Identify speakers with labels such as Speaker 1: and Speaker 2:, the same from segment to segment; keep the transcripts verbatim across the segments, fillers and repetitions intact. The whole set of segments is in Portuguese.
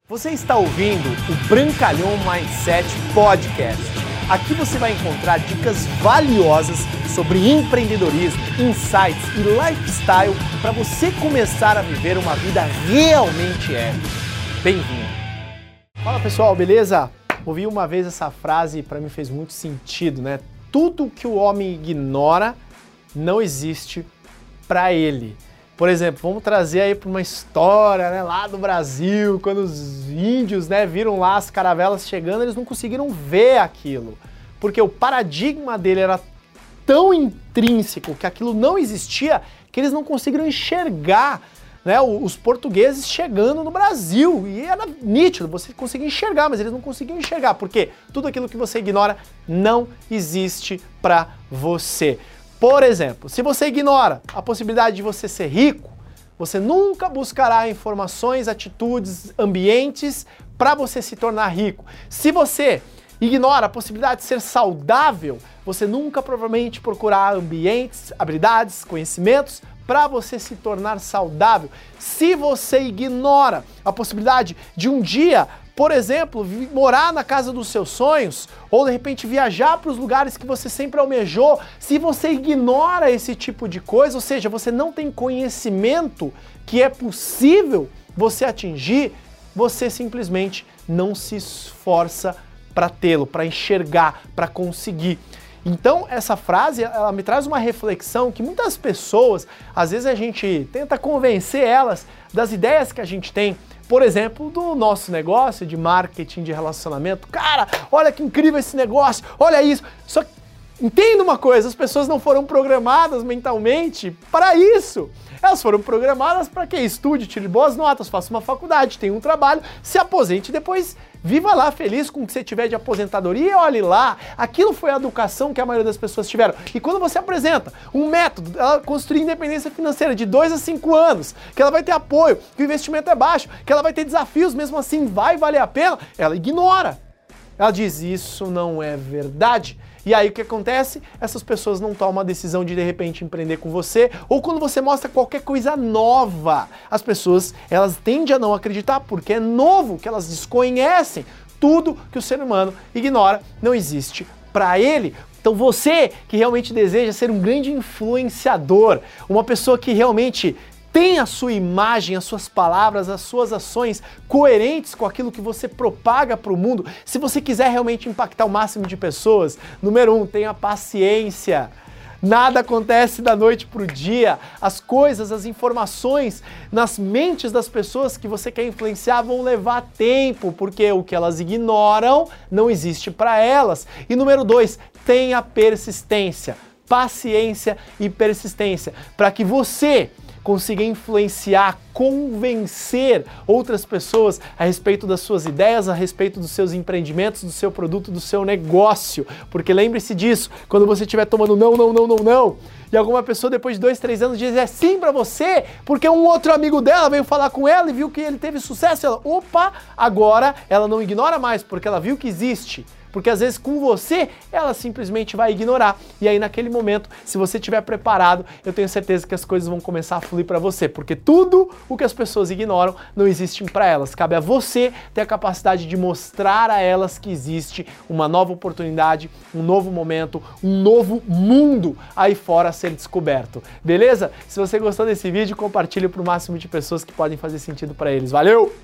Speaker 1: Você está ouvindo o Brancalhão Mindset Podcast. Aqui você vai encontrar dicas valiosas sobre empreendedorismo, insights e lifestyle para você começar a viver uma vida realmente épica. Bem-vindo! Fala pessoal, beleza? Ouvi uma vez essa frase e para mim fez muito sentido, né? Tudo que o homem ignora não existe para ele. Por exemplo, vamos trazer aí para uma história, né, lá do Brasil, quando os índios, né, viram lá as caravelas chegando, eles não conseguiram ver aquilo, porque o paradigma dele era tão intrínseco que aquilo não existia, que eles não conseguiram enxergar, né, os portugueses chegando no Brasil, e era nítido, você conseguia enxergar, mas eles não conseguiam enxergar, porque tudo aquilo que você ignora não existe para você. Por exemplo, se você ignora a possibilidade de você ser rico, você nunca buscará informações, atitudes, ambientes para você se tornar rico. Se você ignora a possibilidade de ser saudável, você nunca provavelmente procurará ambientes, habilidades, conhecimentos para você se tornar saudável. Se você ignora a possibilidade de um dia, por exemplo, morar na casa dos seus sonhos, ou de repente viajar para os lugares que você sempre almejou, se você ignora esse tipo de coisa, ou seja, você não tem conhecimento que é possível você atingir, você simplesmente não se esforça para tê-lo, para enxergar, para conseguir. Então, essa frase, ela me traz uma reflexão que muitas pessoas, às vezes a gente tenta convencer elas das ideias que a gente tem, por exemplo, do nosso negócio de marketing de relacionamento. Cara, olha que incrível esse negócio, olha isso. Só que, entenda uma coisa, as pessoas não foram programadas mentalmente para isso. Elas foram programadas para que estude, tire boas notas, faça uma faculdade, tenha um trabalho, se aposente e depois viva lá feliz com o que você tiver de aposentadoria e olhe lá. Aquilo foi a educação que a maioria das pessoas tiveram. E quando você apresenta um método, ela construir independência financeira de dois a cinco anos, que ela vai ter apoio, que o investimento é baixo, que ela vai ter desafios, mesmo assim vai valer a pena, ela ignora. Ela diz, isso não é verdade. E aí o que acontece? Essas pessoas não tomam a decisão de de repente empreender com você, ou quando você mostra qualquer coisa nova, as pessoas elas tendem a não acreditar porque é novo, que elas desconhecem. Tudo que o ser humano ignora não existe para ele. Então você que realmente deseja ser um grande influenciador, uma pessoa que realmente tem a sua imagem, as suas palavras, as suas ações coerentes com aquilo que você propaga para o mundo, se você quiser realmente impactar o máximo de pessoas, número um, tenha paciência. Nada acontece da noite para o dia. As coisas, as informações nas mentes das pessoas que você quer influenciar vão levar tempo, porque o que elas ignoram não existe para elas. E número dois, tenha persistência, paciência e persistência, para que você consiga influenciar, convencer outras pessoas a respeito das suas ideias, a respeito dos seus empreendimentos, do seu produto, do seu negócio. Porque lembre-se disso, quando você estiver tomando não, não, não, não, não, e alguma pessoa depois de dois, três anos diz é sim pra você, porque um outro amigo dela veio falar com ela e viu que ele teve sucesso, ela, opa, agora ela não ignora mais, porque ela viu que existe. Porque às vezes com você, ela simplesmente vai ignorar. E aí naquele momento, se você estiver preparado, eu tenho certeza que as coisas vão começar a fluir para você. Porque tudo o que as pessoas ignoram não existe para elas. Cabe a você ter a capacidade de mostrar a elas que existe uma nova oportunidade, um novo momento, um novo mundo aí fora a ser descoberto. Beleza? Se você gostou desse vídeo, compartilhe para o máximo de pessoas que podem fazer sentido para eles. Valeu!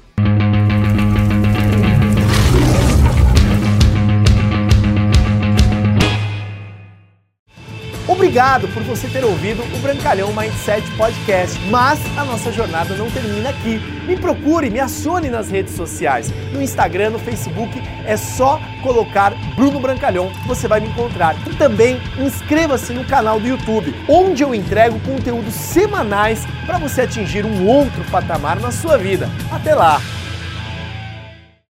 Speaker 1: Obrigado por você ter ouvido o Brancalhão Mindset Podcast, mas a nossa jornada não termina aqui. Me procure, me acione nas redes sociais. No Instagram, no Facebook, é só colocar Bruno Brancalhão, você vai me encontrar. E também inscreva-se no canal do YouTube, onde eu entrego conteúdos semanais para você atingir um outro patamar na sua vida. Até lá!